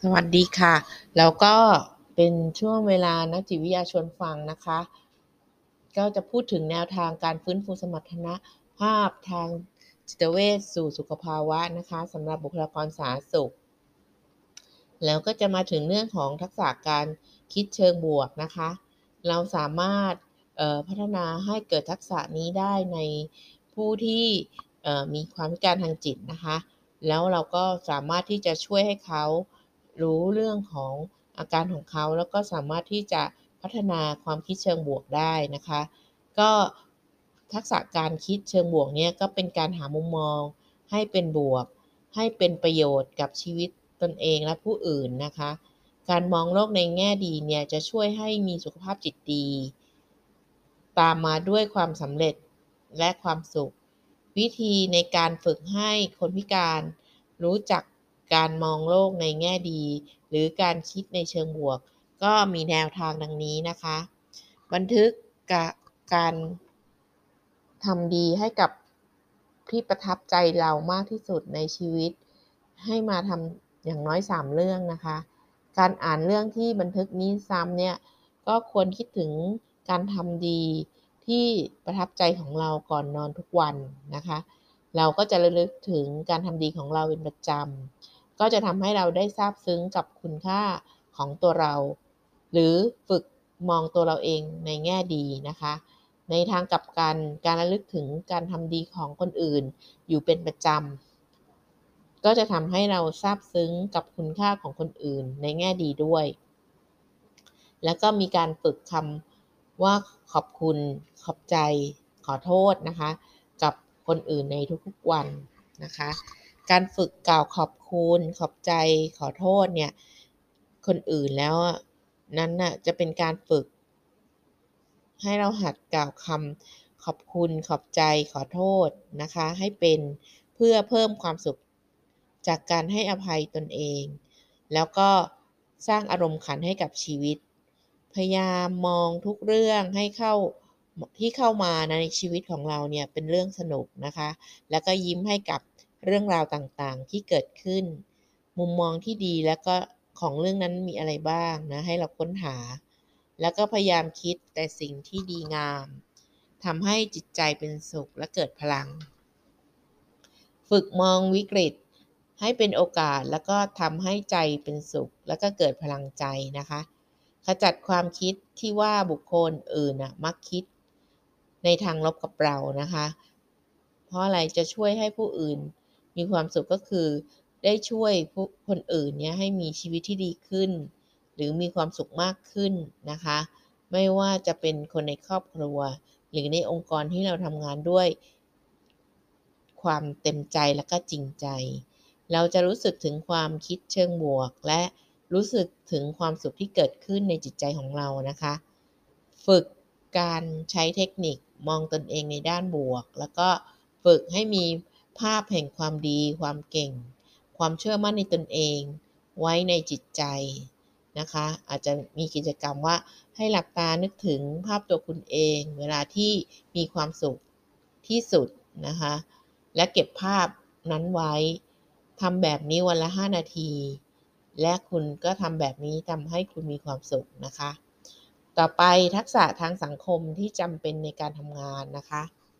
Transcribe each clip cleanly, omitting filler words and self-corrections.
สวัสดีค่ะ แล้วก็เป็นช่วงเวลานักจิตวิทยาชวนฟังนะคะ ก็จะพูดถึงแนวทางการฟื้นฟูสมรรถนะภาพทางจิตเวชสู่สุขภาวะนะคะสำหรับบุคลากรสาธารณสุข แล้วก็จะมาถึงเรื่องของทักษะการคิดเชิงบวกนะคะ เราสามารถพัฒนาให้เกิดทักษะนี้ได้ในผู้ที่มีความพิการทางจิตนะคะ แล้วเราก็สามารถที่จะช่วยให้เขารู้เรื่องของอาการของเขา แล้วก็สามารถที่จะพัฒนาความคิดเชิงบวกได้นะคะ ก็ทักษะการคิดเชิงบวกเนี่ยก็เป็นการหามุมมองให้เป็นบวก ให้เป็นประโยชน์กับชีวิตตนเองและผู้อื่นนะคะ การมองโลกในแง่ดีเนี่ยจะช่วยให้มีสุขภาพจิตดี ตามมาด้วยความสำเร็จและความสุข วิธีในการฝึกให้คนพิการรู้จักการมองโลกในแง่ดี หรือการคิดในเชิงบวก ก็มีแนวทางดังนี้นะคะ บันทึกการทำดีให้กับที่ประทับใจเรามากที่สุดในชีวิต ให้มาทำอย่างน้อย3เรื่องนะคะ การอ่านเรื่องที่บันทึกนี้ซ้ำเนี่ยก็ควรคิดถึงการทำดีที่ประทับใจของเราก่อนนอนทุกวันนะคะ เราก็จะระลึกถึงการทำดีของเราเป็นประจำ ก็จะทำให้เราได้ซาบซึ้งกับคุณค่าของตัวเรา หรือฝึกมองตัวเราเองในแง่ดีนะคะ ในทางกลับกันการระลึกถึงการทำดีของคนอื่นอยู่เป็นประจำก็จะทำให้เราซาบซึ้งกับคุณค่าของคนอื่นในแง่ดีด้วย แล้วก็มีการฝึกคำว่าขอบคุณขอบใจขอโทษนะคะกับคนอื่นในทุกๆวันนะคะการฝึกกล่าวขอบคุณขอบใจขอโทษเนี่ยคนอื่นแล้วนั้นน่ะจะเป็นการฝึกให้เราหัดกล่าวคำขอบคุณขอบใจขอโทษนะคะให้เป็นเพื่อเพิ่มความสุขจากการให้อภัยตนเองแล้วก็สร้างอารมณ์ขันให้กับชีวิตพยายามมองทุกเรื่องให้เข้ามาในชีวิตของเราเนี่ยเป็นเรื่องสนุกนะคะแล้วก็ยิ้มให้กับเรื่องราวต่างๆที่เกิดขึ้นมุมมองที่ดีแล้วก็ของเรื่องนั้นมีอะไรบ้างนะให้เราค้นหาแล้วก็พยายามคิดแต่สิ่งที่ดีงามทำให้จิตใจเป็นสุขและเกิดพลังฝึกมองวิกฤตให้เป็นโอกาสแล้วก็ทำให้ใจเป็นสุขแล้วก็เกิดพลังใจนะคะขจัดความคิดที่ว่าบุคคลอื่นมักคิดในทางลบกับเรานะคะเพราะอะไรจะช่วยให้ผู้อื่นมีความสุขก็คือได้ช่วยผู้คนอื่นเนี่ยให้มีชีวิตที่ดีขึ้นหรือมีความสุขมากขึ้นนะคะไม่ว่าจะเป็นคนในครอบครัวหรือในองค์กรที่เราทำงานด้วยความเต็มใจและก็จริงใจเราจะรู้สึกถึงความคิดเชิงบวกและรู้สึกถึงความสุขที่เกิดขึ้นในจิตใจของเรานะคะฝึกการใช้เทคนิคมองตนเองในด้านบวกแล้วก็ฝึกให้มีภาพแห่งความดีความเก่งความเชื่อมั่นในตนเองไว้ในจิตใจนะคะอาจจะมีกิจกรรมว่าให้หลับตานึกถึงภาพตัวคุณเองเวลาที่มีความสุขที่สุดนะคะและเก็บภาพนั้นไว้ทำแบบนี้วันละ5นาทีและคุณก็ทำแบบนี้ทำให้คุณมีความสุขนะคะต่อไปทักษะทางสังคมที่จำเป็นในการทำงานนะคะ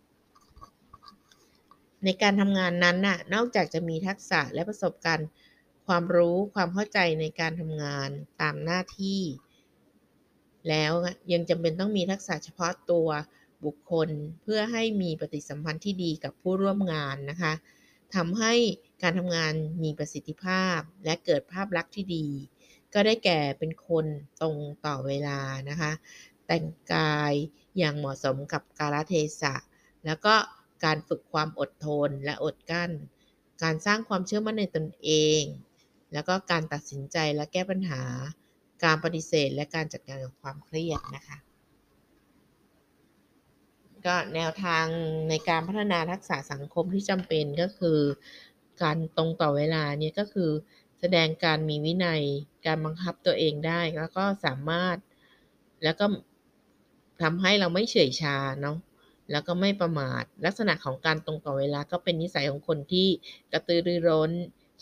ในการทำงานนั้นน่ะนอกจากจะมีทักษะและประสบการณ์ความรู้ความเข้าใจในการทำงานตามหน้าที่แล้วยังจำเป็นต้องมีทักษะเฉพาะตัวบุคคลเพื่อให้มีปฏิสัมพันธ์ที่ดีกับผู้ร่วมงานนะคะทำให้การทำงานมีประสิทธิภาพและเกิดภาพลักษณ์ที่ดีก็ได้แก่เป็นคนตรงต่อเวลานะคะแต่งกายอย่างเหมาะสมกับกาลเทศะแล้วก็การฝึกความอดทนและอดกลั้นการสร้างความเชื่อมั่นในตนเองแล้วก็การตัดสินใจและแก้ปัญหาการปฏิเสธและการจัดการกับความเครียดนะคะก็แนวทางในการพัฒนาทักษะสังคมที่จำเป็นก็คือการตรงต่อเวลาเนี่ยก็คือแสดงการมีวินัยการบังคับตัวเองได้แล้วก็สามารถแล้วก็ทำให้เราไม่เฉื่อยชาเนาะแล้วก็ไม่ประมาทลักษณะของการตรงต่อเวลาก็เป็นนิสัยของคนที่กระตือรือร้น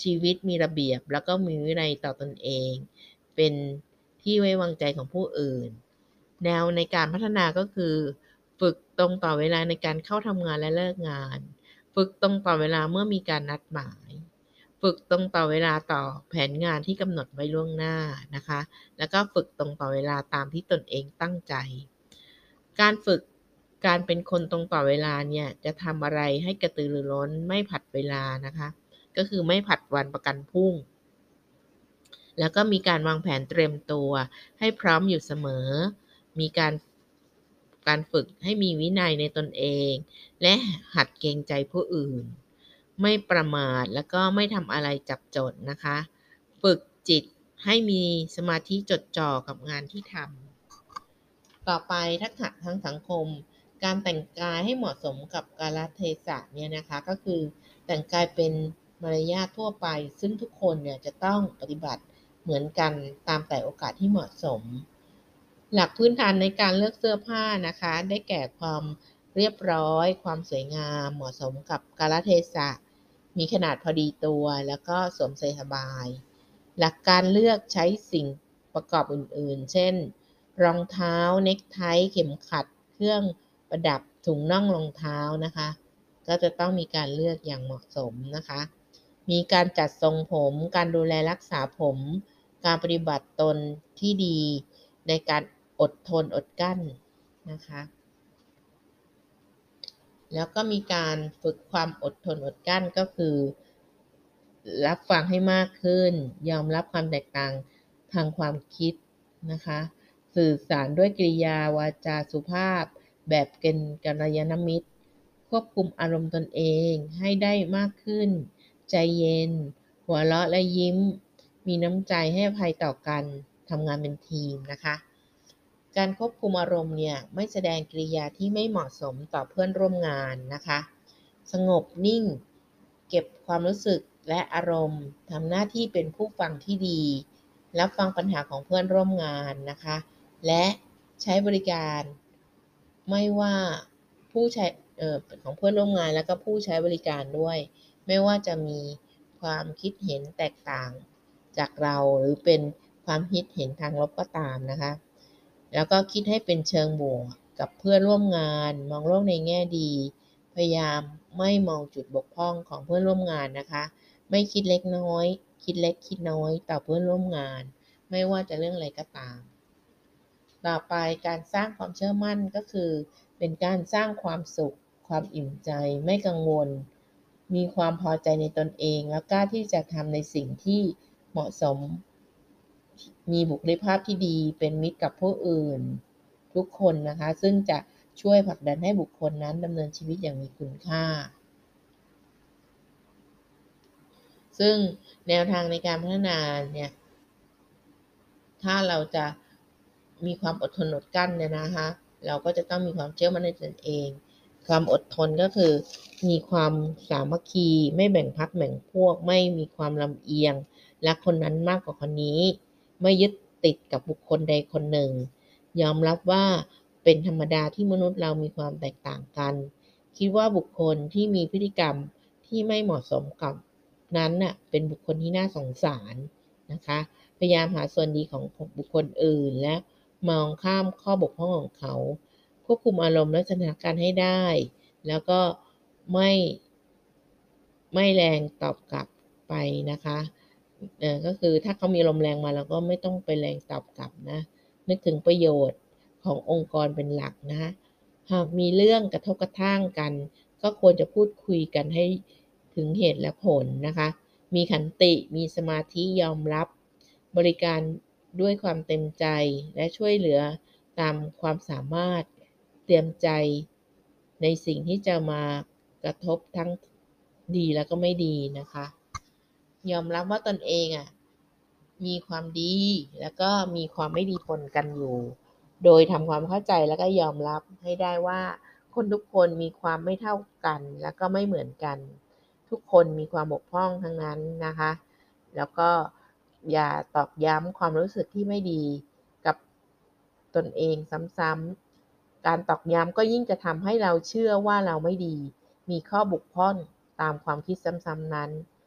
ชีวิตมีระเบียบแล้วก็มีวินัยต่อตนเอง เป็นที่ไว้วางใจของผู้อื่น แนวในการพัฒนาก็คือฝึกตรงต่อเวลาในการเข้าทำงานและเลิกงาน ฝึกตรงต่อเวลาเมื่อมีการนัดหมาย ฝึกตรงต่อเวลาต่อแผนงานที่กำหนดไว้ล่วงหน้านะคะ แล้วก็ฝึกตรงต่อเวลาตามที่ตนเองตั้งใจ การฝึกการเป็นคนตรงต่อเวลาเนี่ยจะทำอะไรให้กระตือรือร้นไม่ผัดเวลานะคะ ก็คือไม่ผัดวันประกันพรุ่ง แล้วก็มีการวางแผนเตรียมตัวให้พร้อมอยู่เสมอ มีการฝึกให้มีวินัยในตนเอง และหัดเกรงใจผู้อื่น ไม่ประมาทแล้วก็ไม่ทำอะไรจับจดนะคะ ฝึกจิตให้มีสมาธิจดจ่อกับงานที่ทำ ต่อไปทักษะทางสังคม การแต่งกายให้เหมาะสมกับกาลเทศะเนี่ยนะคะก็คือแต่งกายเป็นมารยาททั่วไป ซึ่งทุกคนเนี่ยจะต้องปฏิบัติเหมือนกันตามแต่โอกาสที่เหมาะสม หลักพื้นฐานในการเลือกเสื้อผ้านะคะได้แก่ความเรียบร้อย ความสวยงามเหมาะสมกับกาลเทศะ มีขนาดพอดีตัวแล้วก็สวมใส่สบาย หลักการเลือกใช้สิ่งประกอบอื่นๆ เช่น รองเท้า เน็กไท เข็มขัด เครื่องประดับ ถุงน่องรองเท้านะคะ ก็จะต้องมีการเลือกอย่างเหมาะสมนะคะ มีการจัดทรงผม การดูแลรักษาผม การปฏิบัติตนที่ดีในการอดทนอดกลั้นนะคะ แล้วก็มีการฝึกความอดทนอดกลั้นก็คือรับฟังให้มากขึ้น ยอมรับความแตกต่างทางความคิดนะคะ สื่อสารด้วยกริยาวาจาสุภาพแบบเป็นกัลยาณมิตร ควบคุมอารมณ์ตนเองให้ได้มากขึ้น ใจเย็น หัวเราะและยิ้ม มีน้ำใจให้อภัยต่อกัน ทำงานเป็นทีมนะคะ การควบคุมอารมณ์เนี่ยไม่แสดงกริยาที่ไม่เหมาะสมต่อเพื่อนร่วมงานนะคะ สงบนิ่ง เก็บความรู้สึกและอารมณ์ทำหน้าที่เป็นผู้ฟังที่ดี รับฟังปัญหาของเพื่อนร่วมงานนะคะ และใช้บริการไม่ว่าผู้ใช้ของเพื่อนร่วมงานแล้วก็ผู้ใช้บริการด้วย ไม่ว่าจะมีความคิดเห็นแตกต่างจากเราหรือเป็นความคิดเห็นทางลบก็ตามนะคะ แล้วก็คิดให้เป็นเชิงบวกกับเพื่อนร่วมงาน มองโลกในแง่ดี พยายามไม่มองจุดบกพร่องของเพื่อนร่วมงานนะคะ ไม่คิดเล็กน้อย คิดเล็กคิดน้อยต่อเพื่อนร่วมงาน ไม่ว่าจะเรื่องอะไรก็ตาม ต่อไปการสร้างความเชื่อมั่นก็คือเป็นการสร้างความสุข ความอิ่มใจ ไม่กังวล มีความพอใจในตนเอง แล้วกล้าที่จะทำในสิ่งที่เหมาะสม มีบุคลิกภาพที่ดี เป็นมิตรกับผู้อื่นทุกคนนะคะ ซึ่งจะช่วยผลักดันให้บุคคลนั้นดำเนินชีวิตอย่างมีคุณค่า ซึ่งแนวทางในการพัฒนาเนี่ย ถ้าเราจะมีความอดทนอดกลั้นเนี่ยนะคะ เราก็จะต้องมีความเชื่อมั่นในตนเอง ความอดทนก็คือมีความสามัคคี ไม่แบ่งพรรคแบ่งพวก ไม่มีความลำเอียง รักคนนั้นมากกว่าคนนี้ ไม่ยึดติดกับบุคคลใดคนหนึ่ง ยอมรับว่าเป็นธรรมดาที่มนุษย์เรามีความแตกต่างกัน คิดว่าบุคคลที่มีพฤติกรรมที่ไม่เหมาะสมกับนั้นน่ะเป็นบุคคลที่น่าสงสารนะคะ พยายามหาส่วนดีของบุคคลอื่นและมองข้ามข้อบกพร่องของเขา ควบคุมอารมณ์และสถานการณ์ให้ได้ แล้วก็ไม่แรงตอบกลับไปนะคะก็คือถ้าเขามีลมแรงมาเราก็ไม่ต้องไปแรงตอบกลับนะ นึกถึงประโยชน์ขององค์กรเป็นหลักนะคะ หากมีเรื่องกระทบกระทั่งกัน ก็ควรจะพูดคุยกันให้ถึงเหตุและผลนะคะ มีขันติ มีสมาธิยอมรับบริการด้วยความเต็มใจและช่วยเหลือตามความสามารถ เตรียมใจในสิ่งที่จะมากระทบทั้งดีแล้วก็ไม่ดีนะคะ ยอมรับว่าตนเองมีความดีแล้วก็มีความไม่ดีปนกันอยู่ โดยทำความเข้าใจแล้วก็ยอมรับให้ได้ว่าคนทุกคนมีความไม่เท่ากันแล้วก็ไม่เหมือนกัน ทุกคนมีความบกพร่องทั้งนั้นนะคะ แล้วก็อย่าตอกย้ำความรู้สึกที่ไม่ดีกับตนเองซ้ำๆ การตอกย้ำก็ยิ่งจะทำให้เราเชื่อว่าเราไม่ดี มีข้อบกพร่องตามความคิดซ้ำๆนั้น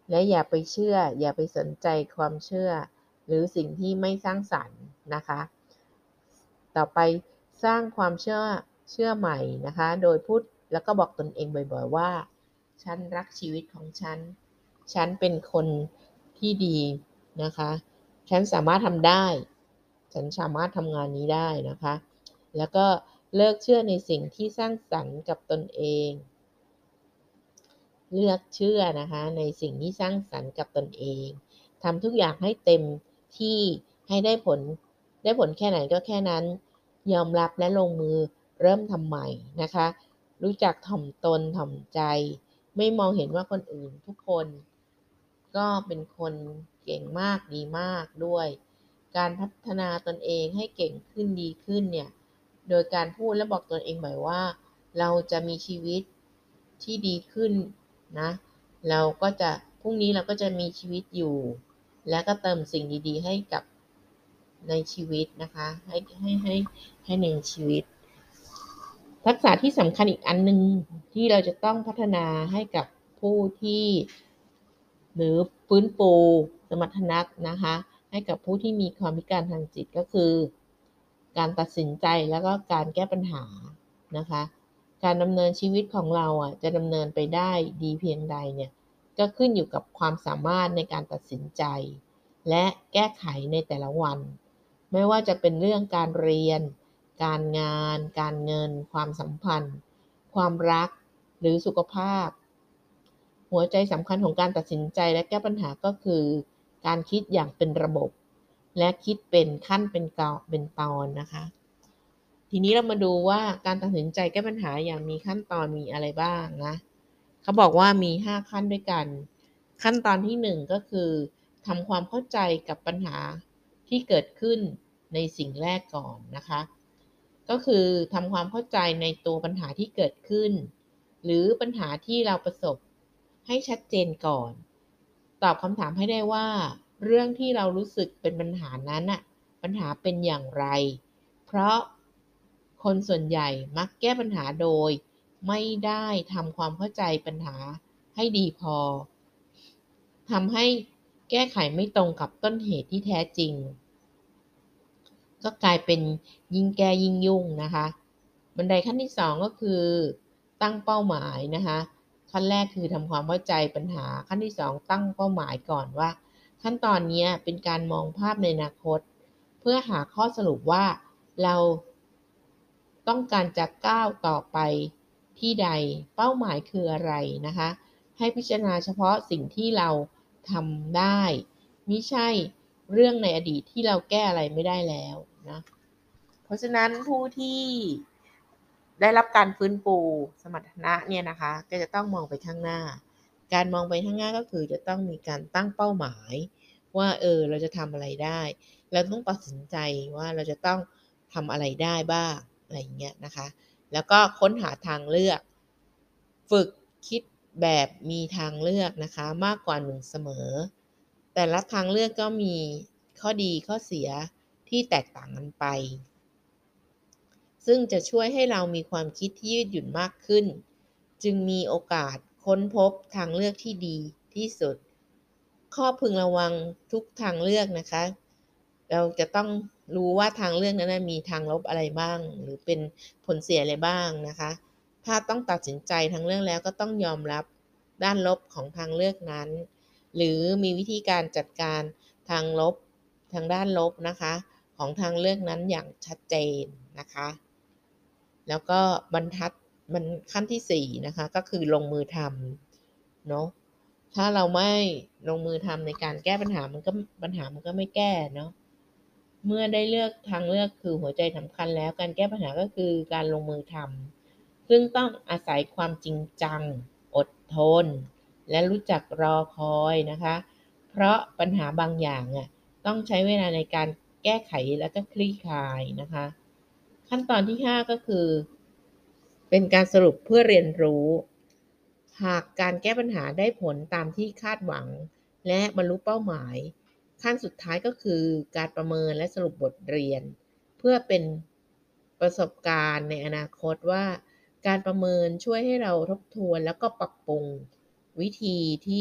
และอย่าไปเชื่ออย่าไปสนใจความเชื่อหรือสิ่งที่ไม่สร้างสรรค์นะคะต่อไปสร้างความเชื่อใหม่นะคะโดยพูดแล้วก็บอกตนเองบ่อยๆว่าฉันรักชีวิตของฉันเป็นคนที่ดีนะคะฉันสามารถทำได้ฉันสามารถทำงานนี้ได้นะคะแล้วก็เลิกเชื่อในสิ่งที่สร้างสรรค์กับตนเองเลือกเชื่อนะคะในสิ่งที่สร้างสรรค์กับตนเองทำทุกอย่างให้เต็มที่ให้ได้ผลแค่ไหนก็แค่นั้นยอมรับและลงมือเริ่มทำใหม่นะคะรู้จักถ่อมตนถ่อมใจไม่มองเห็นว่าคนอื่นทุกคนก็เป็นคนเก่งมากดีมากด้วยการพัฒนาตนเองให้เก่งขึ้นดีขึ้นเนี่ยโดยการพูดและบอกตนเองบ่อยว่าเราจะมีชีวิตที่ดีขึ้นนะเราก็จะพรุ่งนี้เราก็จะมีชีวิตอยู่และก็เติมสิ่งดีๆให้กับในชีวิตนะคะให้ในชีวิตทักษะที่สำคัญอีกอันหนึ่งที่เราจะต้องพัฒนาให้กับผู้ที่หรือฟื้นฟูสมรรถนะนะคะให้กับผู้ที่มีความพิการทางจิตก็คือการตัดสินใจแล้วก็การแก้ปัญหานะคะการดำเนินชีวิตของเราจะดำเนินไปได้ดีเพียงใดเนี่ยก็ขึ้นอยู่กับความสามารถในการตัดสินใจและแก้ไขในแต่ละวันไม่ว่าจะเป็นเรื่องการเรียนการงานการเงินความสัมพันธ์ความรักหรือสุขภาพหัวใจสำคัญของการตัดสินใจและแก้ปัญหาก็คือการคิดอย่างเป็นระบบและคิดเป็นขั้นเป็นตอนนะคะทีนี้เรามาดูว่าการตัดสินใจแก้ปัญหาอย่างมีขั้นตอนมีอะไรบ้างนะเขาบอกว่ามี5ขั้นด้วยกันขั้นตอนที่1ก็คือทำความเข้าใจกับปัญหาที่เกิดขึ้นในสิ่งแรกก่อนนะคะก็คือทำความเข้าใจในตัวปัญหาที่เกิดขึ้นหรือปัญหาที่เราประสบให้ชัดเจนก่อนตอบคำถามให้ได้ว่าเรื่องที่เรารู้สึกเป็นปัญหานั้นปัญหาเป็นอย่างไรเพราะคนส่วนใหญ่มักแก้ปัญหาโดยไม่ได้ทำความเข้าใจปัญหาให้ดีพอทำให้แก้ไขไม่ตรงกับต้นเหตุที่แท้จริงก็กลายเป็นยิ่งแก้ยิ่งยุ่งนะคะบันไดขั้นที่2ก็คือตั้งเป้าหมายนะคะขั้นแรกคือทำความเข้าใจปัญหาขั้นที่2ตั้งเป้าหมายก่อนว่าขั้นตอนนี้เป็นการมองภาพในอนาคตเพื่อหาข้อสรุปว่าเราต้องการจะก้าวต่อไปที่ใดเป้าหมายคืออะไรนะคะให้พิจารณาเฉพาะสิ่งที่เราทำได้มิใช่เรื่องในอดีตที่เราแก้อะไรไม่ได้แล้วนะเพราะฉะนั้นผู้ที่ได้รับการฟื้นฟูสมรรถนะเนี่ยนะคะก็จะต้องมองไปข้างหน้าการมองไปข้างหน้าก็คือจะต้องมีการตั้งเป้าหมายว่าเราจะทำอะไรได้เราต้องตัดสินใจว่าเราจะต้องทำอะไรได้บ้างอะไรอย่างเงี้ยนะคะแล้วก็ค้นหาทางเลือกฝึกคิดแบบมีทางเลือกนะคะมากกว่า1เสมอแต่ละทางเลือกก็มีข้อดีข้อเสียที่แตกต่างกันไปซึ่งจะช่วยให้เรามีความคิดที่ยืดหยุ่นมากขึ้นจึงมีโอกาสค้นพบทางเลือกที่ดีที่สุดข้อพึงระวังทุกทางเลือกนะคะเราจะต้องรู้ว่าทางเลือกนั้นมีทางลบอะไรบ้างหรือเป็นผลเสียอะไรบ้างนะคะถ้าต้องตัดสินใจทางเลือกแล้วก็ต้องยอมรับด้านลบของทางเลือกนั้นหรือมีวิธีการจัดการทางลบทางด้านลบนะคะของทางเลือกนั้นอย่างชัดเจนนะคะแล้วก็บรรทัดมันขั้นที่4นะคะก็คือลงมือทำเนาะถ้าเราไม่ลงมือทำในการแก้ปัญหามันก็ไม่แก้เนาะเมื่อได้เลือกทางเลือกคือหัวใจสำคัญแล้วการแก้ปัญหาก็คือการลงมือทำซึ่งต้องอาศัยความจริงจังอดทนและรู้จักรอคอยนะคะเพราะปัญหาบางอย่างต้องใช้เวลาในการแก้ไขและก็คลี่คลายนะคะขั้นตอนที่5ก็คือเป็นการสรุปเพื่อเรียนรู้หากการแก้ปัญหาได้ผลตามที่คาดหวังและบรรลุเป้าหมายขั้นสุดท้ายก็คือการประเมินและสรุปบทเรียนเพื่อเป็นประสบการณ์ในอนาคตว่าการประเมินช่วยให้เราทบทวนแล้วก็ปรับปรุงวิธีที่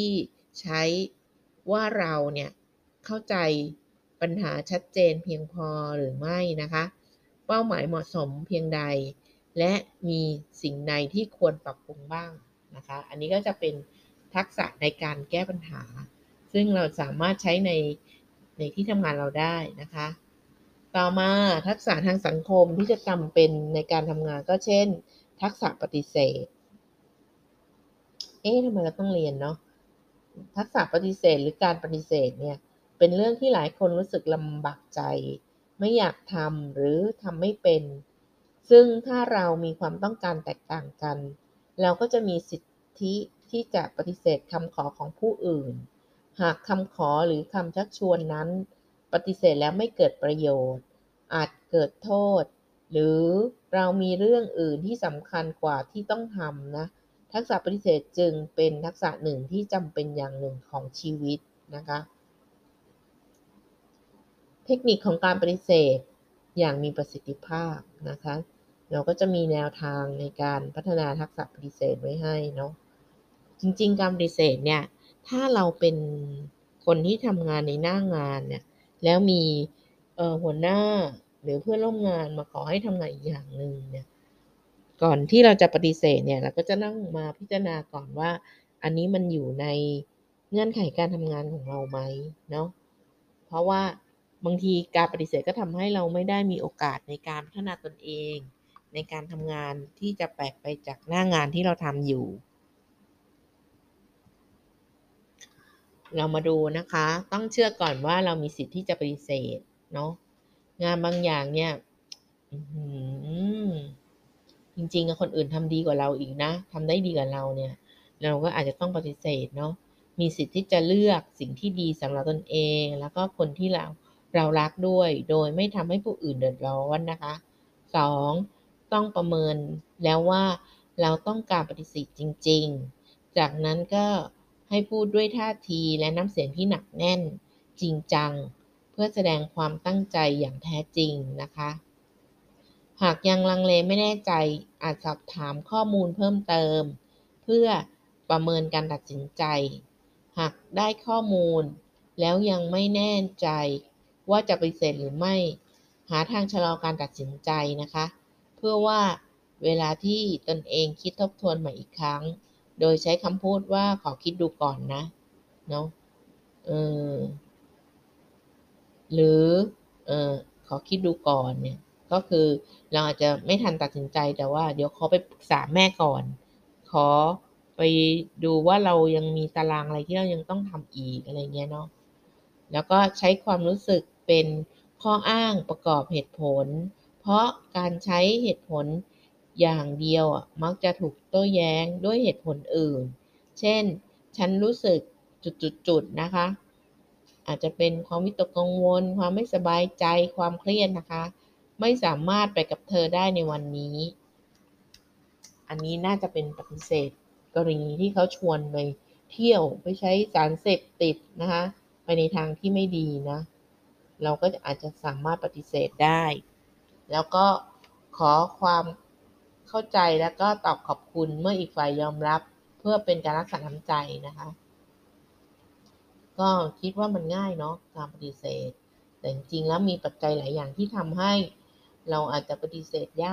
ใช้ว่าเราเนี่ยเข้าใจปัญหาชัดเจนเพียงพอหรือไม่นะคะเป้าหมายเหมาะสมเพียงใดและมีสิ่งใดที่ควรปรับปรุงบ้างนะคะอันนี้ก็จะเป็นทักษะในการแก้ปัญหาซึ่งเราสามารถใช้ในที่ทำงานเราได้นะคะต่อมาทักษะทางสังคมที่จะจำเป็นในการทำงานก็เช่นทักษะปฏิเสธทำไมเราต้องเรียนเนาะทักษะปฏิเสธหรือการปฏิเสธเนี่ยเป็นเรื่องที่หลายคนรู้สึกลำบากใจไม่อยากทำหรือทำไม่เป็นซึ่งถ้าเรามีความต้องการแตกต่างกันเราก็จะมีสิทธิที่จะปฏิเสธคำขอของผู้อื่นหากคำขอหรือคำชักชวนนั้นปฏิเสธแล้วไม่เกิดประโยชน์อาจเกิดโทษหรือเรามีเรื่องอื่นที่สำคัญกว่าที่ต้องทำนะทักษะปฏิเสธจึงเป็นทักษะหนึ่งที่จำเป็นอย่างหนึ่งของชีวิตนะคะเทคนิคของการปฏิเสธอย่างมีประสิทธิภาพนะคะเราก็จะมีแนวทางในการพัฒนาทักษะปฏิเสธไว้ให้เนาะจริงๆการปฏิเสธเนี่ยถ้าเราเป็นคนที่ทำงานในหน้างานเนี่ยแล้วมีหัวหน้าหรือเพื่อนร่วมงานมาขอให้ทำงานอีกอย่างหนึ่งเนี่ยก่อนที่เราจะปฏิเสธเนี่ยเราก็จะนั่งมาพิจารณาก่อนว่าอันนี้มันอยู่ในเงื่อนไขการทำงานของเราไหมเนาะเพราะว่าบางทีการปฏิเสธก็ทำให้เราไม่ได้มีโอกาสในการพัฒนาตนเองในการทำงานที่จะแปลกไปจากหน้างานที่เราทำอยู่ เรามาดูนะคะต้องเชื่อก่อนว่าเรามีสิทธิ์ที่จะปฏิเสธเนาะงานบางอย่างเนี่ยจริงๆคนอื่นทำดีกว่าเราอีกนะทำได้ดีกว่าเราเนี่ยเราก็อาจจะต้องปฏิเสธเนาะมีสิทธิ์ที่จะเลือกสิ่งที่ดีสำหรับตนเองแล้วก็คนที่เรารักด้วยโดยไม่ทำให้ผู้อื่นเดือดร้อนนะคะ2ต้องประเมินแล้วว่าเราต้องการปฏิเสธจริงๆจากนั้นก็ให้พูดด้วยท่าทีและน้ำเสียงที่หนักแน่นจริงจังเพื่อแสดงความตั้งใจอย่างแท้จริงนะคะหากยังลังเลไม่แน่ใจอาจสอบถามข้อมูลเพิ่มเติมเพื่อประเมินการตัดสินใจหากได้ข้อมูลแล้วยังไม่แน่ใจว่าจะปฏิเสธหรือไม่หาทางชะลอการตัดสินใจนะคะเพื่อว่าเวลาที่ตนเองคิดทบทวนใหม่อีกครั้งโดยใช้คำพูดว่าขอคิดดูก่อนนะเนาะเออหรือเออขอคิดดูก่อนเนี่ยก็คือเราอาจจะไม่ทันตัดสินใจแต่ว่าเดี๋ยวขอไปปรึกษาแม่ก่อนขอไปดูว่าเรายังมีตารางอะไรที่เรายังต้องทำอีกอะไรเงี้ยเนาะแล้วก็ใช้ความรู้สึกเป็นข้ออ้างประกอบเหตุผลเพราะการใช้เหตุผลอย่างเดียวมักจะถูกโต้แย้งด้วยเหตุผลอื่นเช่นฉันรู้สึกจุดๆๆนะคะอาจจะเป็นความวิตกกังวลความไม่สบายใจความเครียดนะคะไม่สามารถไปกับเธอได้ในวันนี้อันนี้น่าจะเป็นปฏิเสธกรณีที่เขาชวนไปเที่ยวไปใช้สารเสพติดนะคะไปในทางที่ไม่ดีนะเราก็อาจจะสามารถปฏิเสธได้แล้วก็ขอความเข้าใจแล้วก็ตอบขอบคุณเมื่ออีกฝ่ายยอมรับเพื่อเป็นการรักษาน้ำใจนะคะก็คิดว่ามันง่ายเนาะการปฏิเสธแต่จริงๆแล้วมีปัจจัยหลายอย่างที่ทำให้เราอาจจะปฏิเสธยาก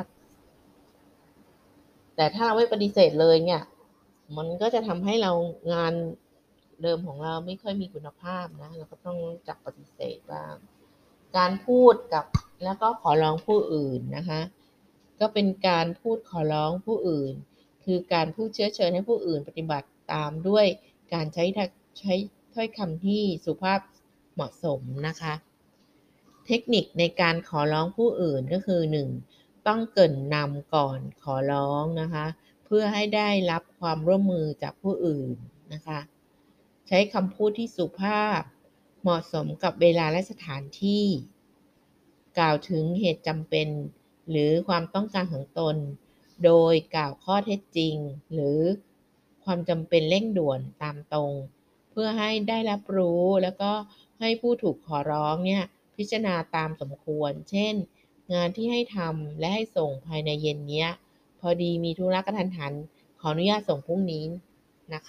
แต่ถ้าเราไม่ปฏิเสธเลยเนี่ยมันก็จะทำให้เรางานเดิมของเราไม่ค่อยมีคุณภาพนะเราก็ต้องรู้จักปฏิเสธบ้างการพูดกับแล้วก็ขอร้องผู้อื่นนะคะก็เป็นการพูดขอร้องผู้อื่นคือการพูดเชื้อเชิญให้ผู้อื่นปฏิบัติตามด้วยการใช้ถ้อยคำที่สุภาพเหมาะสมนะคะเทคนิคในการขอร้องผู้อื่นก็คือ1ต้องเกริ่นนำก่อนขอร้องนะคะเพื่อให้ได้รับความร่วมมือจากผู้อื่นนะคะใช้คำพูดที่สุภาพเหมาะสมกับเวลาและสถานที่กล่าวถึงเหตุจำเป็นหรือความต้องการของตนโดยกล่าวข้อเท็จจริงหรือความจำเป็นเร่งด่วนตามตรงเพื่อให้ได้รับรู้แล้วก็ให้ผู้ถูกขอร้องเนี่ยพิจารณาตามสมควรเช่นงานที่ให้ทำและให้ส่งภายในเย็นเนี้ยพอดีมีธุระกระทันหันขออนุญาตส่งพรุ่งนี้นะคะ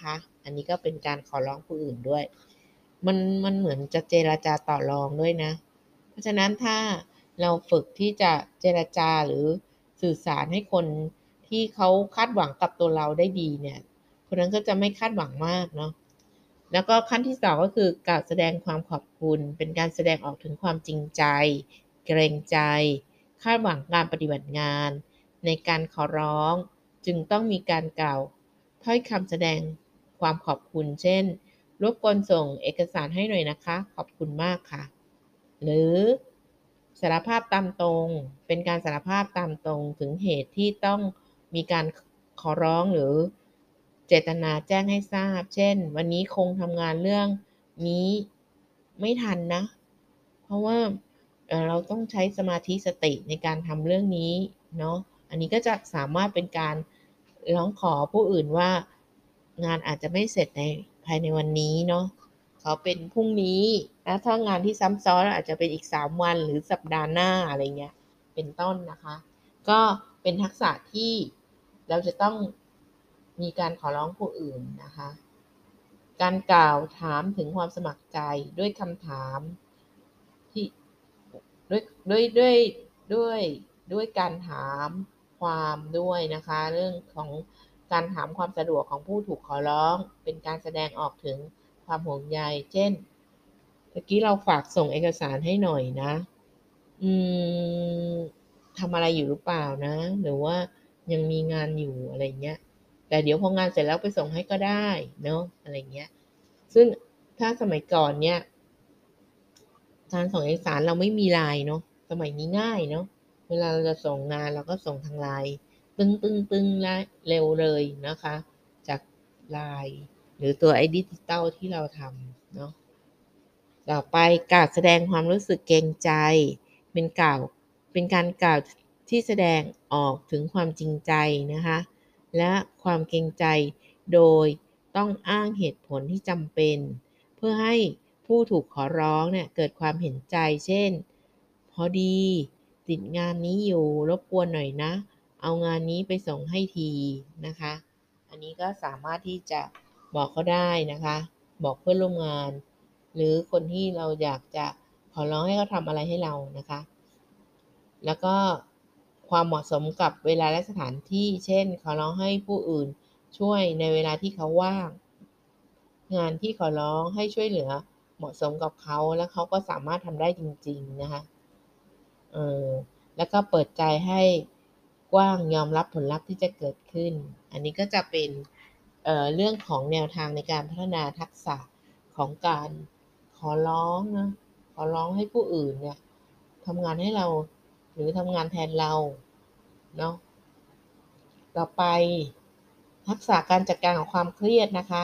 อันนี้ก็เป็นการขอร้องผู้อื่นด้วยมันเหมือนจะเจรจาต่อรองด้วยนะเพราะฉะนั้นถ้าเราฝึกที่จะเจรจาหรือสื่อสารให้คนที่เขาคาดหวังกับตัวเราได้ดีเนี่ยคนนั้นก็จะไม่คาดหวังมากเนาะแล้วก็ขั้นที่2ก็คือการแสดงความขอบคุณเป็นการแสดงออกถึงความจริงใจเกรงใจคาดหวังการปฏิบัติงานในการขอร้องจึงต้องมีการกล่าวถ้อยคำแสดงความขอบคุณเช่นรบกวนส่งเอกสารให้หน่อยนะคะขอบคุณมากค่ะหรือสารภาพตามตรงเป็นการสารภาพตามตรงถึงเหตุที่ต้องมีการขอร้องหรือเจตนาแจ้งให้ทราบเช่นวันนี้คงทำงานเรื่องนี้ไม่ทันนะเพราะว่าเราต้องใช้สมาธิสติในการทำเรื่องนี้เนาะอันนี้ก็จะสามารถเป็นการร้องขอผู้อื่นว่างานอาจจะไม่เสร็จในภายในวันนี้เนาะขอเป็นพรุ่งนี้แล้วถ้างานที่ซ้ำซ้อนอาจจะเป็นอีก3วันหรือสัปดาห์หน้าอะไรเงี้ยเป็นต้นนะคะก็เป็นทักษะที่เราจะต้องมีการขอร้องผู้อื่นนะคะการกล่าวถามถึงความสมัครใจด้วยคำถามที่ด้วยด้วยด้วยด้วยด้วยการถามความด้วยนะคะเรื่องของการถามความสะดวกของผู้ถูกขอร้องเป็นการแสดงออกถึงความห่วงใยเช่นเมื่อกี้เราฝากส่งเอกสารให้หน่อยนะอืมทำอะไรอยู่หรือเปล่านะหรือว่ายังมีงานอยู่อะไรเงี้ยแต่เดี๋ยวพองานเสร็จแล้วไปส่งให้ก็ได้เนาะอะไรเงี้ยซึ่งถ้าสมัยก่อนเนี่ยการส่งเอกสารเราไม่มีไลน์เนาะสมัยนี้ง่ายเนาะเวลาเราจะส่งงานเราก็ส่งทางไลน์ตึ้งตึ้งตึ้งและเร็วเลยนะคะจากไลน์หรือตัวไอ้ดิจิตอลที่เราทำเนาะ ต่อไปกล่าวแสดงความรู้สึกเกรงใจเป็นกล่าวเป็นการกล่าวที่แสดงออกถึงความจริงใจนะคะและความเกรงใจโดยต้องอ้างเหตุผลที่จำเป็นเพื่อให้ผู้ถูกขอร้องเนี่ยเกิดความเห็นใจเช่นพอดีติดงานนี้อยู่รบกวนหน่อยนะเอางานนี้ไปส่งให้ทีนะคะอันนี้ก็สามารถที่จะบอกเขาได้นะคะบอกเพื่อนร่วมงาน หรือคนที่เราอยากจะขอร้องให้เขาทำอะไรให้เรานะคะแล้วก็ความเหมาะสมกับเวลาและสถานที่เช่นขอร้องให้ผู้อื่นช่วยในเวลาที่เขาว่างงานที่ขอร้องให้ช่วยเหลือเหมาะสมกับเขาและเขาก็สามารถทำได้จริงๆนะคะเออแล้วก็เปิดใจให้กว้างยอมรับผลลัพธ์ที่จะเกิดขึ้นอันนี้ก็จะเป็นเรื่องของแนวทางในการพัฒนาทักษะของการขอร้องนะขอร้องให้ผู้อื่นเนี่ยทำงานให้เราหรือทำงานแทนเราเนาะต่อไปทักษะการจัดการกับความเครียดนะคะ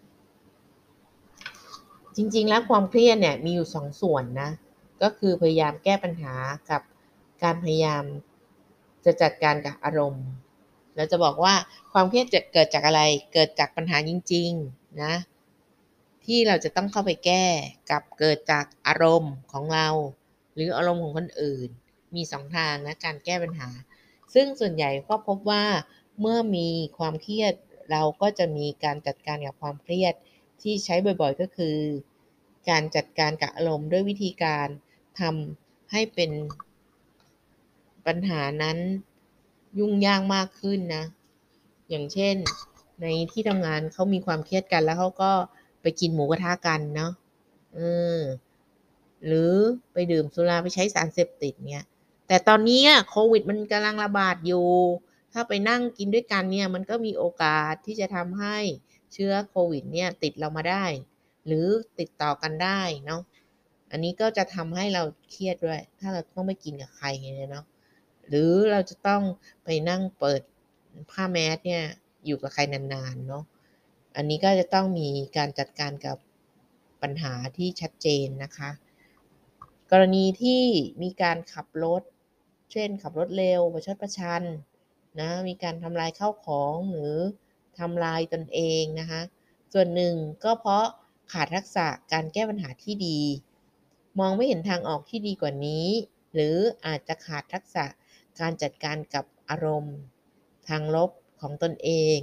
จริงๆแล้วความเครียดเนี่ยมีอยู่2ส่วนนะก็คือพยายามแก้ปัญหากับการพยายามจะจัดการกับอารมณ์เราจะบอกว่าความเครียดจะเกิดจากอะไรเกิดจากปัญหาจริงๆนะที่เราจะต้องเข้าไปแก้กับเกิดจากอารมณ์ของเราหรืออารมณ์ของคนอื่นมี2ทางนะการแก้ปัญหาซึ่งส่วนใหญ่ก็พบว่าเมื่อมีความเครียดเราก็จะมีการจัดการกับความเครียดที่ใช้บ่อยๆก็คือการจัดการกับอารมณ์ด้วยวิธีการทำให้เป็นปัญหานั้นยุ่งยากมากขึ้นนะอย่างเช่นในที่ทำงานเขามีความเครียดกันแล้วเขาก็ไปกินหมูกระทะกันเนาะเออหรือไปดื่มสุราไปใช้สารเสพติดเนี่ยแต่ตอนนี้โควิดมันกำลังระบาดอยู่ถ้าไปนั่งกินด้วยกันเนี่ยมันก็มีโอกาสที่จะทำให้เชื้อโควิดเนี่ยติดเรามาได้หรือติดต่อกันได้เนาะอันนี้ก็จะทำให้เราเครียดด้วยถ้าเราต้องไปกินกับใครเนี่ยเนาะหรือเราจะต้องไปนั่งเปิดผ้าแมสเนี่ยอยู่กับใครนานๆเนาะอันนี้ก็จะต้องมีการจัดการกับปัญหาที่ชัดเจนนะคะกรณีที่มีการขับรถเช่นขับรถเร็วประชดประชันนะมีการทำลายข้าวของหรือทำลายตนเองนะคะส่วนหนึ่งก็เพราะขาดทักษะการแก้ปัญหาที่ดีมองไม่เห็นทางออกที่ดีกว่านี้หรืออาจจะขาดทักษะการจัดการกับอารมณ์ทางลบของตนเอง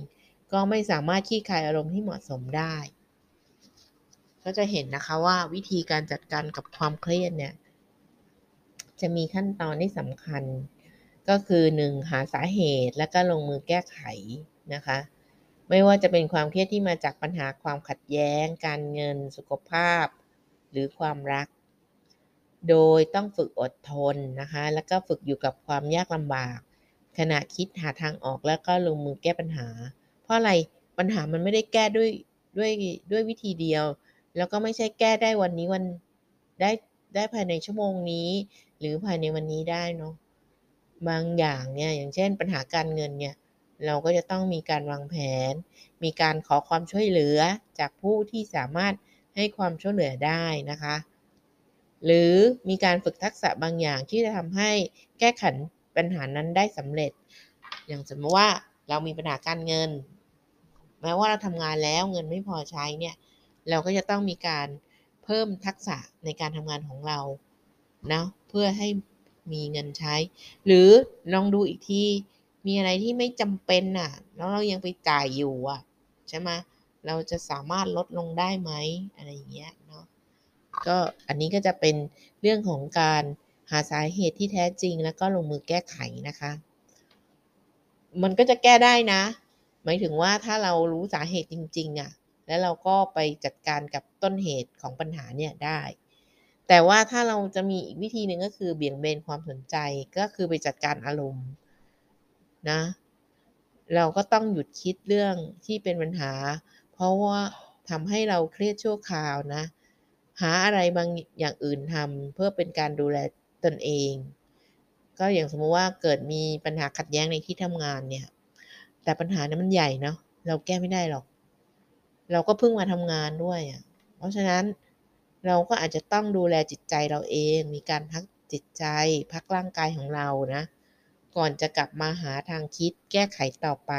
ก็ไม่สามารถคลี่คลายอารมณ์ที่เหมาะสมได้ก็จะเห็นนะคะว่าวิธีการจัดการกับความเครียดเนี่ยจะมีขั้นตอนที่สำคัญก็คือ 1. หาสาเหตุและก็ลงมือแก้ไขนะคะไม่ว่าจะเป็นความเครียดที่มาจากปัญหาความขัดแย้งการเงินสุขภาพหรือความรักโดยต้องฝึกอดทนนะคะแล้วก็ฝึกอยู่กับความยากลำบากขณะคิดหาทางออกแล้วก็ลงมือแก้ปัญหาเพราะอะไรปัญหามันไม่ได้แก้ด้วยด้วยวิธีเดียวแล้วก็ไม่ใช่แก้ได้วันนี้วันได้ได้ภายในชั่วโมงนี้หรือภายในวันนี้ได้เนาะบางอย่างเนี่ยอย่างเช่นปัญหาการเงินเนี่ยเราก็จะต้องมีการวางแผนมีการขอความช่วยเหลือจากผู้ที่สามารถให้ความช่วยเหลือได้นะคะหรือมีการฝึกทักษะบางอย่างที่จะทำให้แก้ไขปัญหานั้นได้สำเร็จอย่างสมมติว่าเรามีปัญหาการเงินแม้ว่าเราทำงานแล้วเงินไม่พอใช้เนี่ยเราก็จะต้องมีการเพิ่มทักษะในการทำงานของเรานะเพื่อให้มีเงินใช้หรือลองดูอีกทีมีอะไรที่ไม่จำเป็นน่ะแล้วเรายังไปจ่ายอยู่อ่ะใช่ไหมเราจะสามารถลดลงได้ไหมอะไรอย่างเงี้ยเนาะก็อันนี้ก็จะเป็นเรื่องของการหาสาเหตุที่แท้จริงแล้วก็ลงมือแก้ไขนะคะมันก็จะแก้ได้นะหมายถึงว่าถ้าเรารู้สาเหตุจริงๆอ่ะแล้วเราก็ไปจัดการกับต้นเหตุของปัญหาเนี่ยได้แต่ว่าถ้าเราจะมีอีกวิธีหนึ่งก็คือเบี่ยงเบนความสนใจก็คือไปจัดการอารมณ์นะเราก็ต้องหยุดคิดเรื่องที่เป็นปัญหาเพราะว่าทำให้เราเครียดชั่วคราวนะหาอะไรบางอย่างอื่นทำเพื่อเป็นการดูแลตนเองก็อย่างสมมุติว่าเกิดมีปัญหาขัดแย้งในที่ทำงานเนี่ยแต่ปัญหานั้นมันใหญ่เนาะเราแก้ไม่ได้หรอกเราก็เพิ่งมาทำงานด้วยอะเพราะฉะนั้นเราก็อาจจะต้องดูแลจิตใจเราเองมีการพักจิตใจพักร่างกายของเรานะก่อนจะกลับมาหาทางคิดแก้ไขต่อไป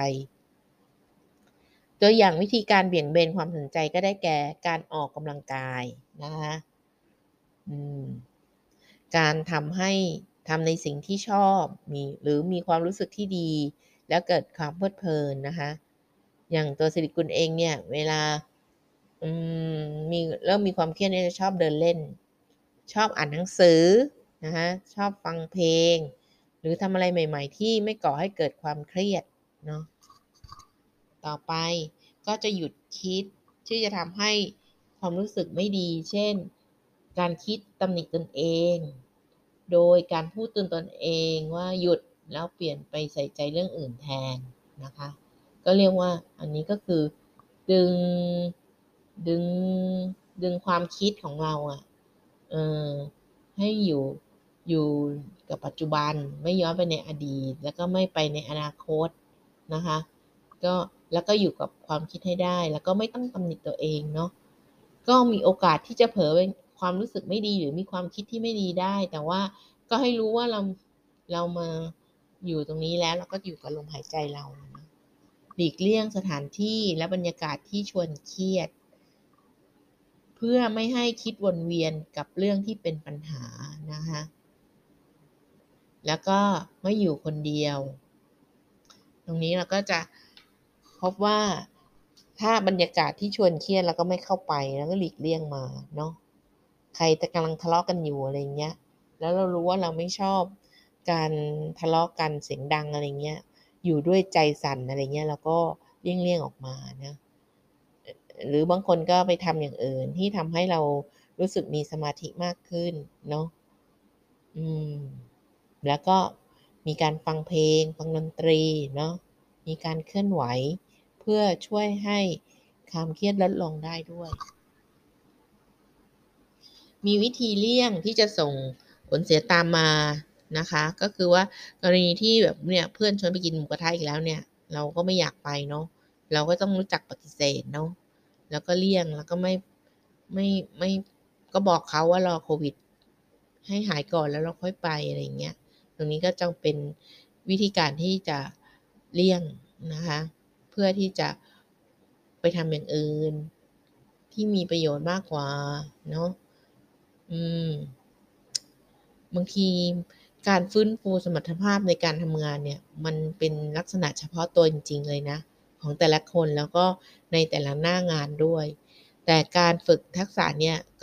ตัวอย่างวิธีการเบี่ยงเบนความสนใจก็ได้แก่การออกกำลังกายนะคะอืม การทำในสิ่งที่ชอบหรือมีความรู้สึกที่ดีแล้วเกิดความเพลิดเพลินนะคะอย่างตัวสิริกุลเองเนี่ยเวลาอืเริ่มมีความเครียดเนี่ยจะชอบเดินเล่นชอบอ่านหนังสือนะคะชอบฟังเพลงหรือทำอะไรใหม่ๆที่ไม่ก่อให้เกิดความเครียดเนาะต่อไปก็จะหยุดคิดที่จะทำให้ความรู้สึกไม่ดีเช่นการคิดตำหนิตนเอง โดยการพูดเตือนตนเองว่าหยุดแล้วเปลี่ยนไปใส่ใจเรื่องอื่นแทนนะคะก็เรียกว่าอันนี้ก็คือดึงดึงดึงความคิดของเราอะเออให้อยู่กับปัจจุบันไม่ย้อนไปในอดีตแล้วก็ไม่ไปในอนาคตนะคะก็แล้วก็อยู่กับความคิดให้ได้แล้วก็ไม่ต้องตำหนิตัวเองเนาะก็มีโอกาสที่จะเผลอเป็นความรู้สึกไม่ดีหรือมีความคิดที่ไม่ดีได้แต่ว่าก็ให้รู้ว่าเรามาอยู่ตรงนี้แล้วเราก็อยู่กับลมหายใจเรานะหลีกเลี่ยงสถานที่และบรรยากาศที่ชวนเครียดเพื่อไม่ให้คิดวนเวียนกับเรื่องที่เป็นปัญหานะคะแล้วก็ไม่อยู่คนเดียวตรงนี้เราก็จะพบว่าถ้าบรรยากาศที่ชวนเครียดเราก็ไม่เข้าไปแล้วก็หลีกเลี่ยงมาเนาะใครแต่กำลังทะเลาะกันอยู่อะไรเงี้ยแล้วเรารู้ว่าเราไม่ชอบการทะเลาะกันเสียงดังอะไรเงี้ยอยู่ด้วยใจสั่นอะไรเงี้ยเราก็เลี่ยงออกมานะหรือบางคนก็ไปทำอย่างอื่นที่ทำให้เรารู้สึกมีสมาธิมากขึ้นเนาะอืมแล้วก็มีการฟังเพลงฟังดนตรีเนาะมีการเคลื่อนไหวเพื่อช่วยให้ความเครียดลดลงได้ด้วย มีวิธีเลี่ยงที่จะส่งผลเสียตามมานะคะก็คือว่ากรณีที่แบบเนี่ยเพื่อนชวนไปกินหมูกระทะอีกแล้วเนี่ยเราก็ไม่อยากไปเนาะเราก็ต้องรู้จักปฏิเสธเนาะแล้วก็เลี่ยงแล้วก็ไม่ก็บอกเขาว่ารอโควิดให้หายก่อนแล้วเราค่อยไปอะไรอย่างเงี้ยตรงนี้ก็จะเป็นวิธีการที่จะเลี่ยงนะคะเพื่อที่จะไปทำอย่างอื่นที่มีประโยชน์มากกว่าเนาะ อืมบางทีการฟื้นฟูสมรรถภาพในการทำงานเนี่ยมันเป็นลักษณะเฉพาะตัวจริงๆเลยนะของแต่ละคนแล้วก็ในแต่ละหน้างานด้วย แต่การฝึกทักษะเนี่ย